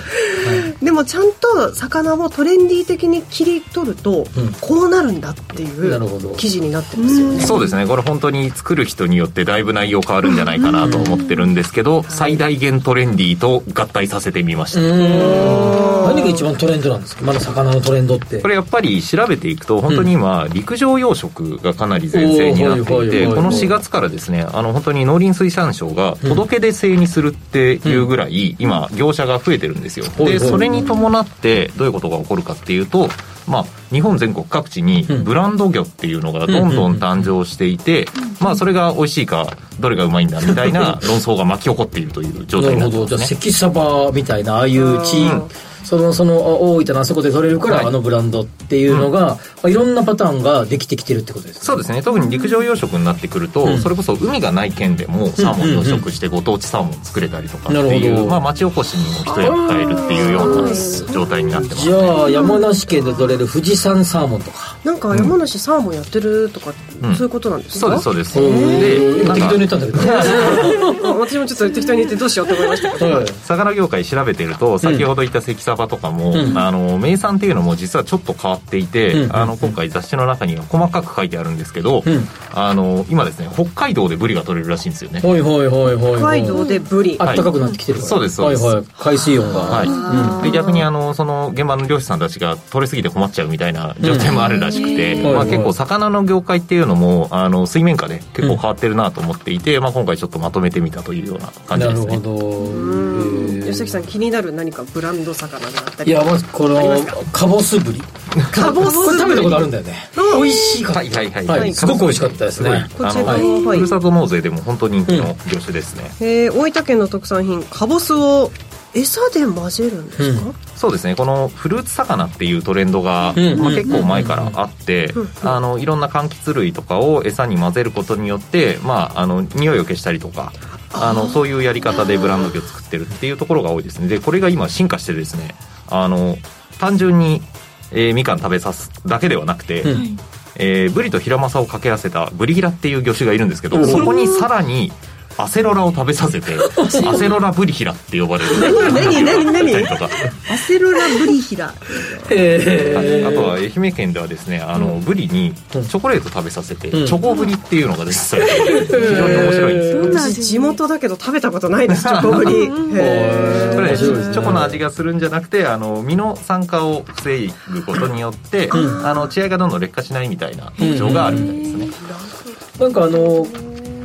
でもちゃんと魚をトレンディー的に切り取ると、うん、こうなるんだっていう記事になってますよね。 そうですね、これ本当に作る人によってだいぶ内容変わるんじゃないかなと思ってるんですけど、最大限トレンディーと合体させてみました。 何が一番トレンドなんですか？まだ魚のトレンドって。 これやっぱり調べていくと本当に今、うん、陸上養殖がかなり全盛になっていて、このしがつからですね、あの本当に農林水産省が届け出制にするっていうぐらい今業者が増えてるんですよ。でそれに伴ってどういうことが起こるかっていうと、まあ、日本全国各地にブランド魚っていうのがどんどん誕生していて、まあ、それが美味しいかどれがうまいんだみたいな論争が巻き起こっているという状態になってますね。なるほど。じゃあ関サバみたいなああいう地域、そのその大分のあそこで取れるから、はい、あのブランドっていうのが、うんまあ、いろんなパターンができてきてるってことですね。 そうですね、特に陸上養殖になってくると、うん、それこそ海がない県でもサーモン養殖してご当地サーモン作れたりとかっていう、まあ、町おこしにも一役買えるっていうような状態になってますね。 じゃあ山梨県で取れる富士山サーモンとかなんか山梨サーモンやってるとか、うん、そういうことなんですか？ そうですそうです。 で適当に言ったんだけど私もちょっと適当に言ってどうしようと思いましたけど、はい、 魚業界調べてると先ほど言った関サバとかも、うんあの名産っていうのも実はちょっと変わっていて、うん、あの今回雑誌の中には細かく書いてあるんですけど、うん、あの今ですね北海道でブリが取れるらしいんですよね。 はいはいはいはい、 北海道でブリ、 はい、暖かくなってきてるから、 そうですそうです、 はいはい、海水温が、はいうん、で逆にあのその現場の漁師さんたちが取れすぎて困っちゃうみたいな状態もあるらしくて、うんまあ、結構魚の業界っていうのもあの水面下で結構変わってるなと思っていて、うんまあ、今回ちょっとまとめてみたというような感じですね。 なるほど。 うん吉崎さん気になる何かブランド魚があったり、 いやまずこのカボスブリカボスブリこれ食べたことあるんだよね。美味しかった、はいはいはいはい、すごく美味しかったですね。 こちらは、 はい、 ふるさと納税でも本当に人気の業種ですね、 うん、えー、大分県の特産品カボスを餌で混ぜるんですか？うん、 そうですね、このフルーツ魚っていうトレンドが、うんまあ、結構前からあって、うん、あのいろんな柑橘類とかを餌に混ぜることによって、まあ、あの匂いを消したりとかあのそういうやり方でブランド魚を作ってるっていうところが多いですね。でこれが今進化してですね、あの単純に、えー、みかん食べさすだけではなくて、うんえー、ブリとヒラマサを掛け合わせたブリヒラっていう魚種がいるんですけど、そこにさらにアセロラを食べさせてアセロラブリヒラって呼ばれる何何何アセロラブリヒラ、 えー、あ, あとは愛媛県ではですねあの、うん、ブリにチョコレート食べさせて、うん、チョコブリっていうのがですね非常に面白いんですよ。 私地元だけど食べたことないですチョコブリへこれ、ね、チョコの味がするんじゃなくてあの身の酸化を防ぐことによって、うん、あの血合いがどんどん劣化しないみたいな特徴があるみたいですね、 うん、なんかあの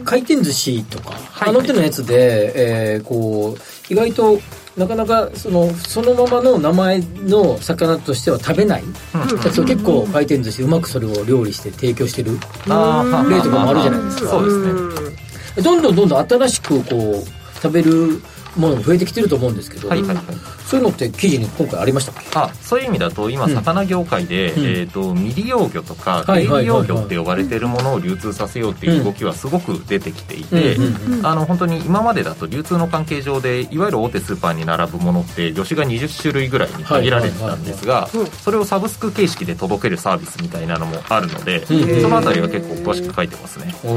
回転寿司とか、 はい、 あの手のやつで、えー、こう意外となかなかそのそのままの名前の魚としては食べないやつを結構回転寿司うまくそれを料理して提供してる例とかもあるじゃないですか。 そうですね。 どんどんどんどん新しくこう食べるものも増えてきてると思うんですけど、はいはいはい、そういうのって記事に今回ありましたっけ？ あ、そういう意味だと今魚業界で、うん、えーと未利用魚とか低利用魚って呼ばれているものを流通させようっていう動きはすごく出てきていて、あの本当に今までだと流通の関係上でいわゆる大手スーパーに並ぶものって魚種がにじゅっしゅるいぐらいに限られてたんですが、それをサブスク形式で届けるサービスみたいなのもあるので、そのあたりは結構詳しく書いてますね。 へ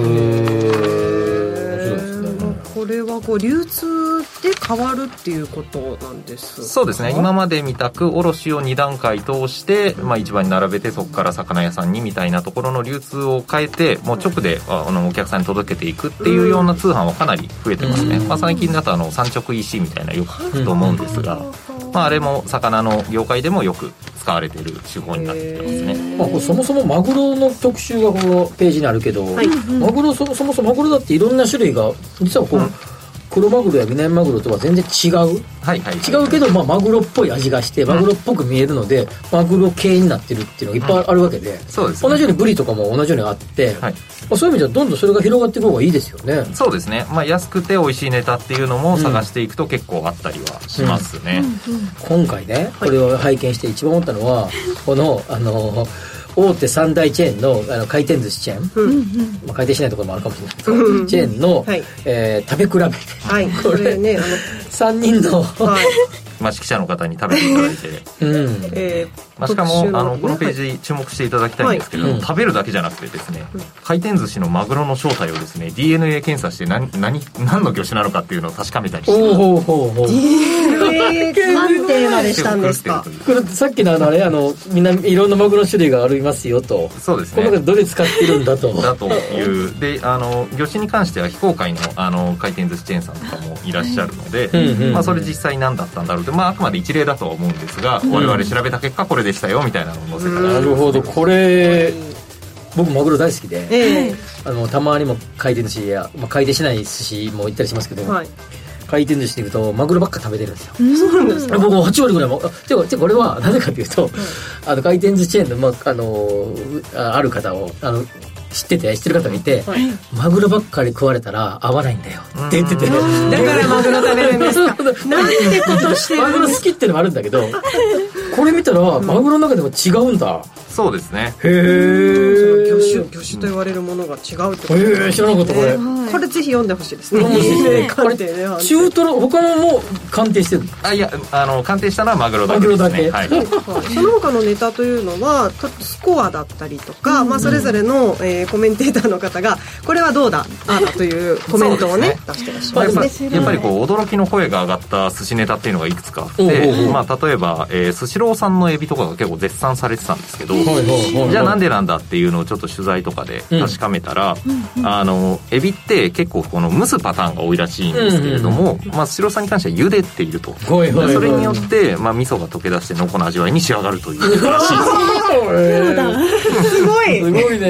ー、 これはこう流通で変わるっていうことなんですか？ そうですね。今までみたく卸をに段階通して、まあ、市場に並べてそこから魚屋さんにみたいなところの流通を変えてもう直であのお客さんに届けていくっていうような通販はかなり増えてますね。まあ、最近だとあの産直 イーシー みたいなよく聞くと思うんですが、まあ、あれも魚の業界でもよく使われている手法になってますね。 まあ、これそもそもマグロの特集がこのページにあるけど、はい、マグロ そ, そもそもマグロだっていろんな種類が実はこう、うん、黒マグロやミナミマグロとは全然違う、はいはいはい、違うけど、まあ、マグロっぽい味がしてマグロっぽく見えるので、うん、マグロ系になってるっていうのがいっぱいあるわけで、うん、そうですね、同じようにブリとかも同じようにあって、はい、まあ、そういう意味ではどんどんそれが広がっていく方がいいですよね。 そうですね、まあ、安くて美味しいネタっていうのも探していくと結構あったりはしますね、 うんうんうん、今回ねこれを拝見して一番思ったのは、はい、このあの大手三大チェーン の, あの回転寿司チェーン、うん、まあ、回転しないところもあるかもしれないけど、うん、チェーンの、はい、えー、食べ比べて、 はい、これねあのさんにんの、はい、 益記者の方に食べていただいて、うんえーまあ、しかもあのこのページ注目していただきたいんですけど、はい、食べるだけじゃなくてですね、うん、回転寿司のマグロの正体をですね ディーエヌエー 検査して何何何の魚種なのかっていうのを確かめたりして、おほうほうほうディーエヌエー 鑑定までしたんですか？ これさっきのあのあれあのみんないろんなマグロの種類がありますよと。 そうですね。 この中でどれ使ってるんだとだというで、あの魚種に関しては非公開 の, あの回転寿司チェーンさんとかもいらっしゃるので、うん、まあ、それ実際何だったんだろうって、まあ、あくまで一例だとは思うんですが、うん、我々調べた結果これでしたよみたいなのを載せたり、 なるほど。これ僕マグロ大好きで、えー、あのたまにも回転寿司や、まあ、回転しない寿司も行ったりしますけど、はい、回転寿司で行くとマグロばっか食べてるんですよ。そうなんですか？僕はち割ぐらいもてかこれはなぜかというと、はい、あの回転寿司チェーンの、まあ、あのある方をあの知ってて知ってる方がいて、はい、マグロばっかり食われたら合わないんだよって言ってて、だからマグロ食べるんですか？なんてことしてるんですか？ マグロ好きってのもあるんだけどこれ見たらマグロの中でも違うんだ。 そうですね。 へー、 魚種魚種と言われるものが違うってことですね。 へー、知らなかったこれ、 はい、これぜひ読んでほしいですね。 鑑定ね。中トロ他のも鑑定してるの？ あ、いや、あの鑑定したのはマグロだけですね。マグロだけ、はいはい、その他のネタというのはスコアだったりとか、うん、まあ、それぞれの、えー、コメンテーターの方がこれはどうだあだというコメントをね出してらっしゃいますね。 やっぱりこう驚きの声が上がった寿司ネタっていうのがいくつかあって、まあ、例えば、えー、スシローさんのエビとかが結構絶賛されてたんですけど、はいはいはいはい、じゃあなんでなんだっていうのをちょっと取材とかで確かめたら、うん、あのエビって結構この蒸すパターンが多いらしいんですけれども、うんうん、まあ、スシローさんに関しては茹でていると、はいはいはい、それによって、まあ、味噌が溶け出して濃厚な味わいに仕上がるというらしいです。 そうだすごいすごいね。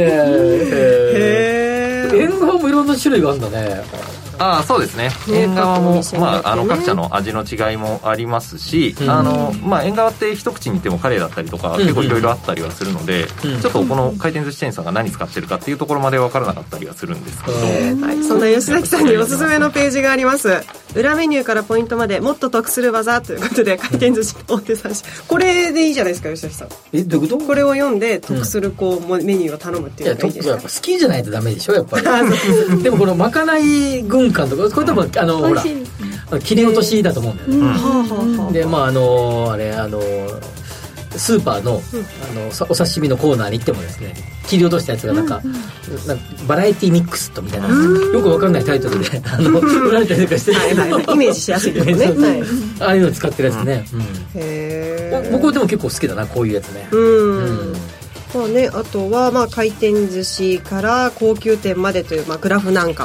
へー、縁側もいろんな種類があるんだね。 ああ、そうですね。縁側も、まあ、あの各社の味の違いもありますし、うん、あのまあ、縁側って一口に言ってもカレーだったりとか、うん、結構いろいろあったりはするので、うん、ちょっとこの回転寿司チェーンさんが何使ってるかっていうところまで分からなかったりはするんですけど、 はい、そんな吉崎さんにおすすめのページがあります。裏メニューからポイントまでもっと得する技ということで、回転寿司大手さんこれでいいじゃないですか、吉崎さん。 え、どういうこと？ これを読んで得するこう、うん、メニューを頼むっていうのがいいですか？ やっぱ好きじゃないとダメでしょやっぱりでもこのまかない軍艦とかこれ多分あのほら切り落としだと思うんだよね、うん、でまああのあれあのスーパーの、うん、あのお刺身のコーナーに行ってもですね、切り落としたやつがなんか、うんうん、なんかバラエティミックスとみたいな、うん、よくわかんないタイトルであの売られたりとかしてる、はいはいはい、 イメージしやすいですねはい、 ああいうの使ってるやつね、うんうん、へー、僕でも結構好きだなこういうやつね。うん、うん、 まあね、あとはまあ回転寿司から高級店までというまあグラフなんかも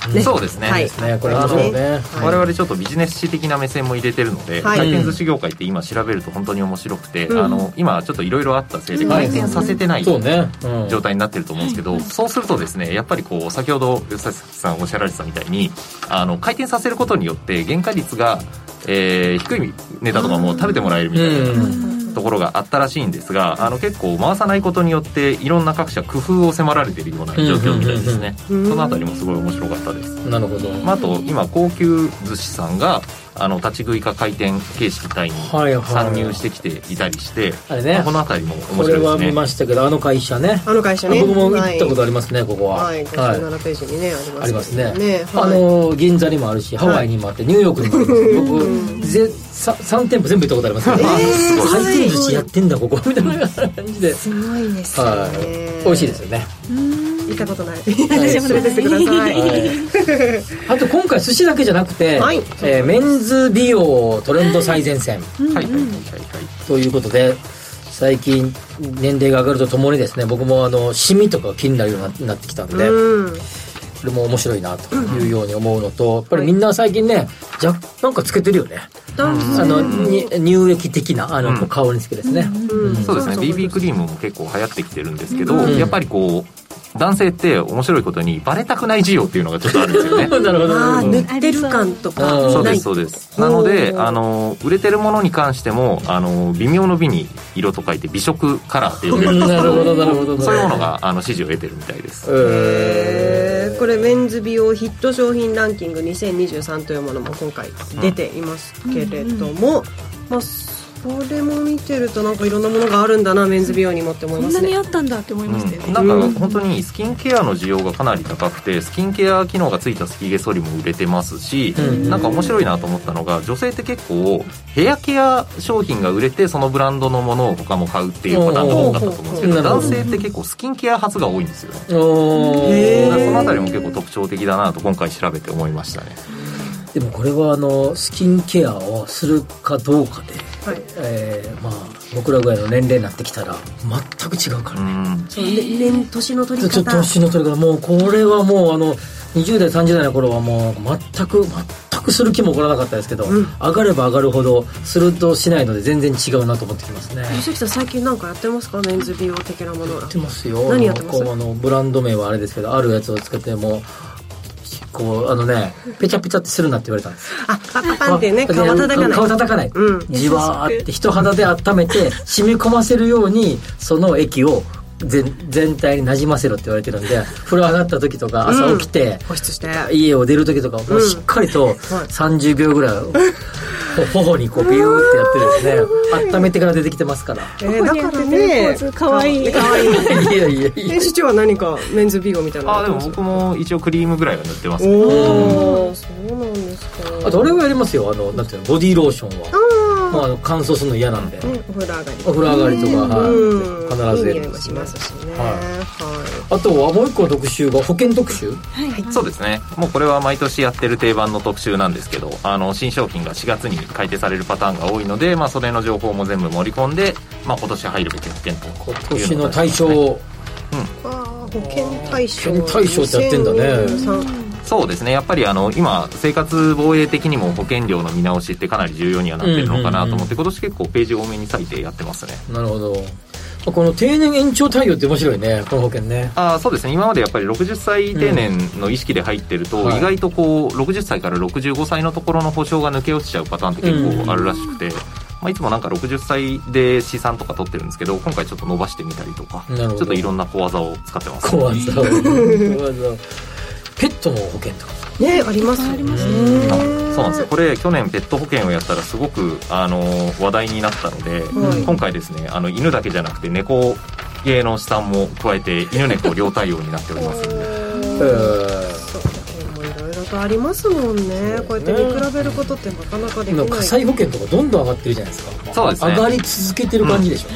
ね、そうですね、 はい、これはそうね、 我々ちょっとビジネス誌的な目線も入れてるので、はい、回転寿司業界って今調べると本当に面白くて、うん、あの今ちょっといろいろあったせいで回転させてない、うんねうん、状態になってると思うんですけど、はい、そうするとですねやっぱりこう先ほど吉崎さんおっしゃられてたみたいにあの回転させることによって原価率が、えー、低いネタとかも食べてもらえるみたいな、うんところがあったらしいんですが、あの結構回さないことによっていろんな各社工夫を迫られているような状況みたいですね。そのあたりもすごい面白かったです。 なるほど。 まあ、あと今高級寿司さんがあの立ち食いか回転形式帯に参入してきていたりして、はいはい、あれね、まあ、このあたりも面白いですね。 これは見ましたけど、あの会社ね、 あの会社ね、 僕も行ったことありますね、はい、ここは。 はい、ごじゅうななページにね、はい、 ありますね。ありますね。はい、あの銀座にもあるし、ハワイにもあって、ニューヨークにもあります。僕ぜささん店舗全部行ったことありますね。えー、回転寿司やってんだここみたいな感じで。 すごいですね。はい、 美味しいですよね。 行ったことない。私も連れてってください。はい、 あと今回寿司だけじゃなくて、はい、えー、メンズ美容トレンド最前線、はいはいはいはい、ということで最近年齢が上がるとともにですね、僕もあのシミとか気になるようになってきたんで、うん、これも面白いなというように思うのと、やっぱりみんな最近ね、じゃなんかつけてるよね。あの乳液的なあの、うん、香りにつけですね、 うんうん、そうですね。 ビービー クリームも結構流行ってきてるんですけど、うん、やっぱりこう男性って面白いことにバレたくない需要っていうのがちょっとあるんですよね。 なるほど。 あ、塗ってる感とか。 そうですそうです。なのであの売れてるものに関してもあの微妙の美に色と書いて美色カラーっていうなるほどなるほど。 そういうものがあの支持を得てるみたいです。 へー、これメンズ美容ヒット商品ランキングにせんにじゅうさんというものも今回出ていますけれども、うんうん、まあこれも見てるとなんかいろんなものがあるんだな、メンズ美容にもって思いますね。 こんなにあったんだって思いましたよね、 うん、なんか本当にスキンケアの需要がかなり高くて、スキンケア機能がついたスキゲソリも売れてますし、うん、なんか面白いなと思ったのが、女性って結構ヘアケア商品が売れてそのブランドのものを他も買うっていうパターンが多かったと思うんですけど、男性って結構スキンケア発が多いんですよね。へー、そのあたりも結構特徴的だなと今回調べて思いましたね。 でもこれはあのスキンケアをするかどうかで、はい、えー、まあ僕らぐらいの年齢になってきたら全く違うからね。うん、 そう、ね、年年の取り方、 ちょっと年の取り方、もうこれはもうあのにじゅう代さんじゅう代の頃はもう全く全くする気も起こらなかったですけど、うん、上がれば上がるほどするとしないので全然違うなと思ってきますね。 吉木さん最近なんかやってますか、メンズ美容的なもの。 やってますよ。 何やってます？ こうあのブランド名はあれですけど、あるやつをつけてもこうあのね、ペチャペチャってするなって言われたんです。 あ、パパパンってね、顔叩かない。 顔叩かない。うん、じわーって人肌で温めて染み込ませるようにその液を全, 全体になじませろって言われてるんで、風呂上がった時とか朝起きて、うん、 保湿して家を出る時とかもうしっかりとさんじゅうびょうぐらい、うん、頬にこうビューってやってですね、温めてから出てきてますから。 えー、だからね、 かわいい。 かわいい。いやいやいや。 編集長は何かメンズ美容みたいなの。 あ、でも僕も一応クリームぐらいは塗ってます、 ね。おー、そうなんですか。 あと俺はやりますよ。あのなんていうの、ボディーローションは。まあ、あの乾燥するの嫌なんで、ね、 お風呂上がりお風呂上がりとか、はい、必ずやりますね。はい、あとはもう一個の特集が保険特集、 はい、そうですね。もうこれは毎年やってる定番の特集なんですけど、あの新商品がしがつに改定されるパターンが多いので、まあ、それの情報も全部盛り込んで、まあ、今年入るべき保険と、 今年の対象、うん、 あ、保険対象、 保険対象ってやってんだね。 そうですね。やっぱりあの今生活防衛的にも保険料の見直しってかなり重要にはなってるのかなと思って、今年結構ページ多めに割いてやってますね。 なるほど。この定年延長対応って面白いね、この保険ね。 あ、そうですね。今までやっぱりろくじゅっさい定年の意識で入ってると、うん、意外とこうろくじゅっさいからろくじゅうごさいのところの保証が抜け落ちちゃうパターンって結構あるらしくて、うん、まあ、いつもなんかろくじゅっさいで資産とか取ってるんですけど、今回ちょっと伸ばしてみたりとか、ちょっといろんな小技を使ってます、 ね、小技小技ペットの保険とかね、ありますありますね。 そうなんですよ。これ去年ペット保険をやったらすごくあの話題になったので、はい、今回ですね、あの犬だけじゃなくて猫系の資産も加えて犬猫両対応になっておりますので、えー、いろいろとありますもんね。こうやって見比べることってなかなかできない。 火災保険とかどんどん上がってるじゃないですか。 そうですね。 上がり続けてる感じでしょうね、 うん。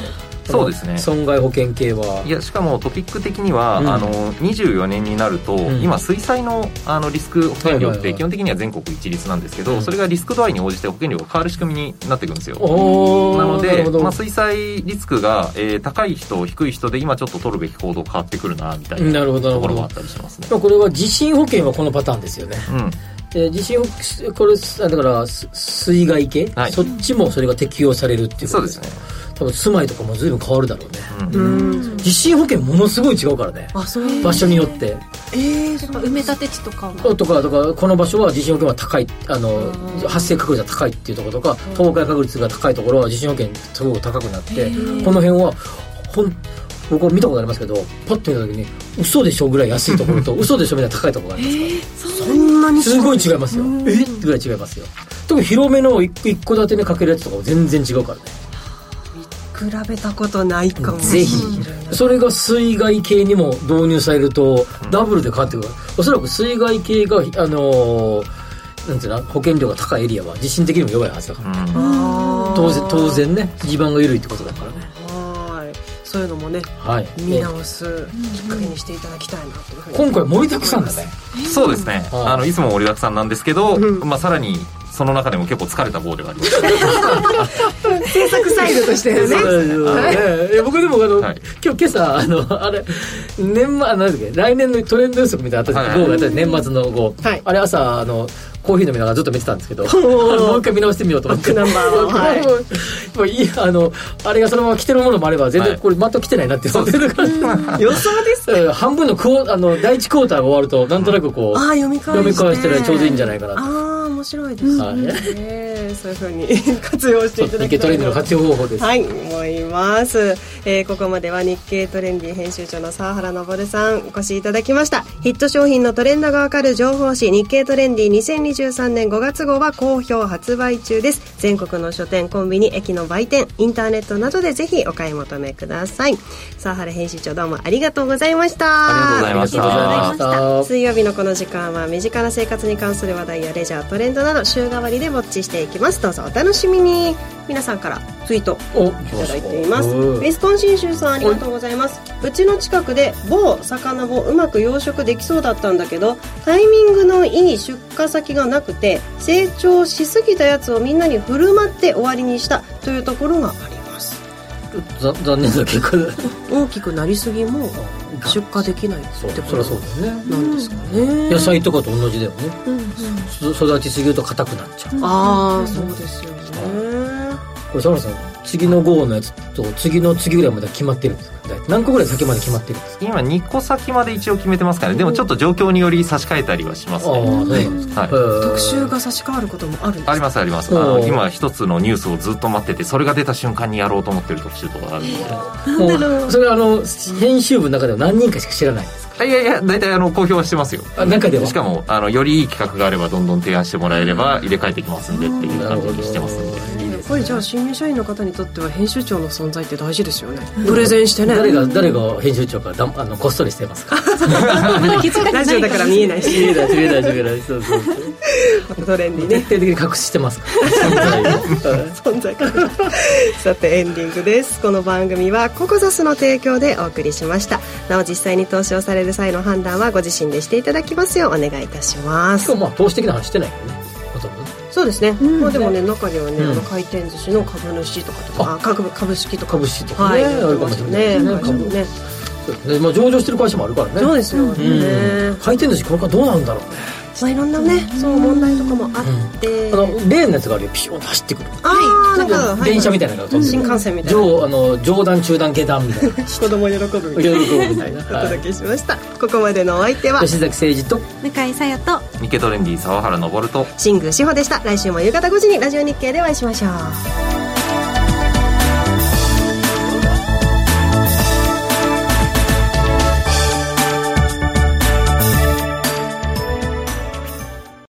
そうですね。 損害保険系は。 いや、しかもトピック的には、うん、あのにじゅうよねんになると、うん、今水災 の, あのリスク保険料って基本的には全国一律なんですけど、はいはいはい、それがリスク度合いに応じて保険料が変わる仕組みになっていくんですよ。なので、まあ、水災リスクが、えー、高い人低い人で今ちょっと取るべき行動変わってくるなみたいなところがあったりしますね。 これは地震保険はこのパターンですよね。うんえー、地震これだから水害系、はい、そっちもそれが適用されるっていうことですね。そうですね。多分住まいとかも随分変わるだろうね、うん、うん地震保険ものすごい違うからね。あそう場所によってえー、埋め立て地とかもとかとかこの場所は地震保険は高いあの発生確率が高いっていうところとか倒壊確率が高いところは地震保険すごく高くなってこの辺はほん僕は見たことありますけどパッと見た時に嘘でしょぐらい安いところと嘘でしょみたいな高いところがありますから、えー、そんなにすごい違いますよ。えってぐらい違いますよ。特に広めの一戸建てにかけるやつとかも全然違うからね。 比べたことないかもしれない。ぜひそれが水害系にも導入されるとダブルで変わってくる。おそらく水害系があのー、なんていうの保険料が高いエリアは地震的にも弱いはずだから、ね、当然当然ね地盤が緩いってことだからね。 そういうのもね、はい、見直すきっかけにしていただきたいなというふうに今回盛りだくさんだね。 そうですね、はい、あのいつも盛りだくさんなんですけど、うんまあ、さらにその中でも結構疲れた棒ではあります制作サイドとしてねはい、僕でもあの、はい、今日今朝あのあれ年末なんだっけ来年のトレンド予測みたいな号があった年末の号、はい、あれ朝あのコーヒー飲みながらずっと見てたんですけどもう一回見直してみようと思ってバックナンバーは、 はい、いいあのあれがそのまま来てるものもあれば全然これ全く来てないなって思ってるから、 はい、予想です半分のクォあの第一クォーターが終わるとなんとなくこう、うん、 あ読み返して読み返してらちょうどいいんじゃないかなと。 あ面白いですね、はい、そういう風に活用していただきたい日経トレンディの活用方法です。 はい思います、えー、ここまでは日経トレンディ編集長の沢原昇さんお越しいただきました。ヒット商品のトレンドがわかる情報誌日経トレンディにせんにじゅうさんねんごがつ号は好評発売中です。全国の書店コンビニ駅の売店インターネットなどでぜひお買い求めください。沢原編集長どうもありがとうございました。 ありがとうございました。 水曜日のこの時間は身近な生活に関する話題やレジャートレンドなど週替わりでウォッチしていきます。どうぞお楽しみに。皆さんからツイートいただいています。ウィスコンシン州さんありがとうございます。うちの近くで某魚をうまく養殖できそうだったんだけどタイミングのいい出荷先がなくて成長しすぎたやつをみんなに振る舞って終わりにしたというところがあります。 残念な結果大きくなりすぎも出荷できないってことなんですかね。 野菜とかと同じだよね、うんうん、育ちすぎると硬くなっちゃう。 ああそうですよね。 これ沢原さん次の号のやつと次の次ぐらいまで決まってるんですか。何個ぐらい先まで決まってるんですか。 今にこ先まで一応決めてますからね。でもちょっと状況により差し替えたりはしますね。あそうなんですか、 はい、特集が差し替わることもあるんですか。 ありますあります。あの今一つのニュースをずっと待っててそれが出た瞬間にやろうと思ってる特集とかあるので、 なんだろうそれはあの編集部の中では何人かしか知らないんですか。 いやいや大体あの公表はしてますよ。 あ中ではしかもあのよりいい企画があればどんどん提案してもらえれば入れ替えてきますんでっていう感じにしてますんで。 やっぱりじゃあ新入社員の方にとっては編集長の存在って大事ですよね。プレゼンしてね誰が誰が編集長かだあのこっそりしてますかラジオだから見えないし見えない見えない見えないそうそうそうトレンディね徹底的に隠してます存在感さてエンディングです。この番組はココザスの提供でお送りしました。なお実際に投資をされる際の判断はご自身でしていただきますようお願いいたします。 今日まあ投資的な話してないよねほとんど。 そうですね、うんまあ、でもね中にはね、うん、あの回転寿司の株主とかとかあ株株式とか株式とかね、はい、あるかもしれないね株ねね、まあ、上場してる会社もあるからね。 そうですよね、 うん、回転寿司これからどうなんだろうね。 まあ、いろんなね、うん、そう問題とかもあって、 うん、あのレーンのやつがあるよピヨンと走ってくる。 ああなんか電車みたいなのが飛んでる、 新幹線みたいな上あの上段中段下段みたいな子供喜ぶみたいな喜ぶみたいなお届けしました、はい、ここまでのお相手は吉崎誠二と向井沙耶と日経トレンディ沢原昇と新宮志保でした。来週も夕方ごじにラジオ日経でお会いしましょう。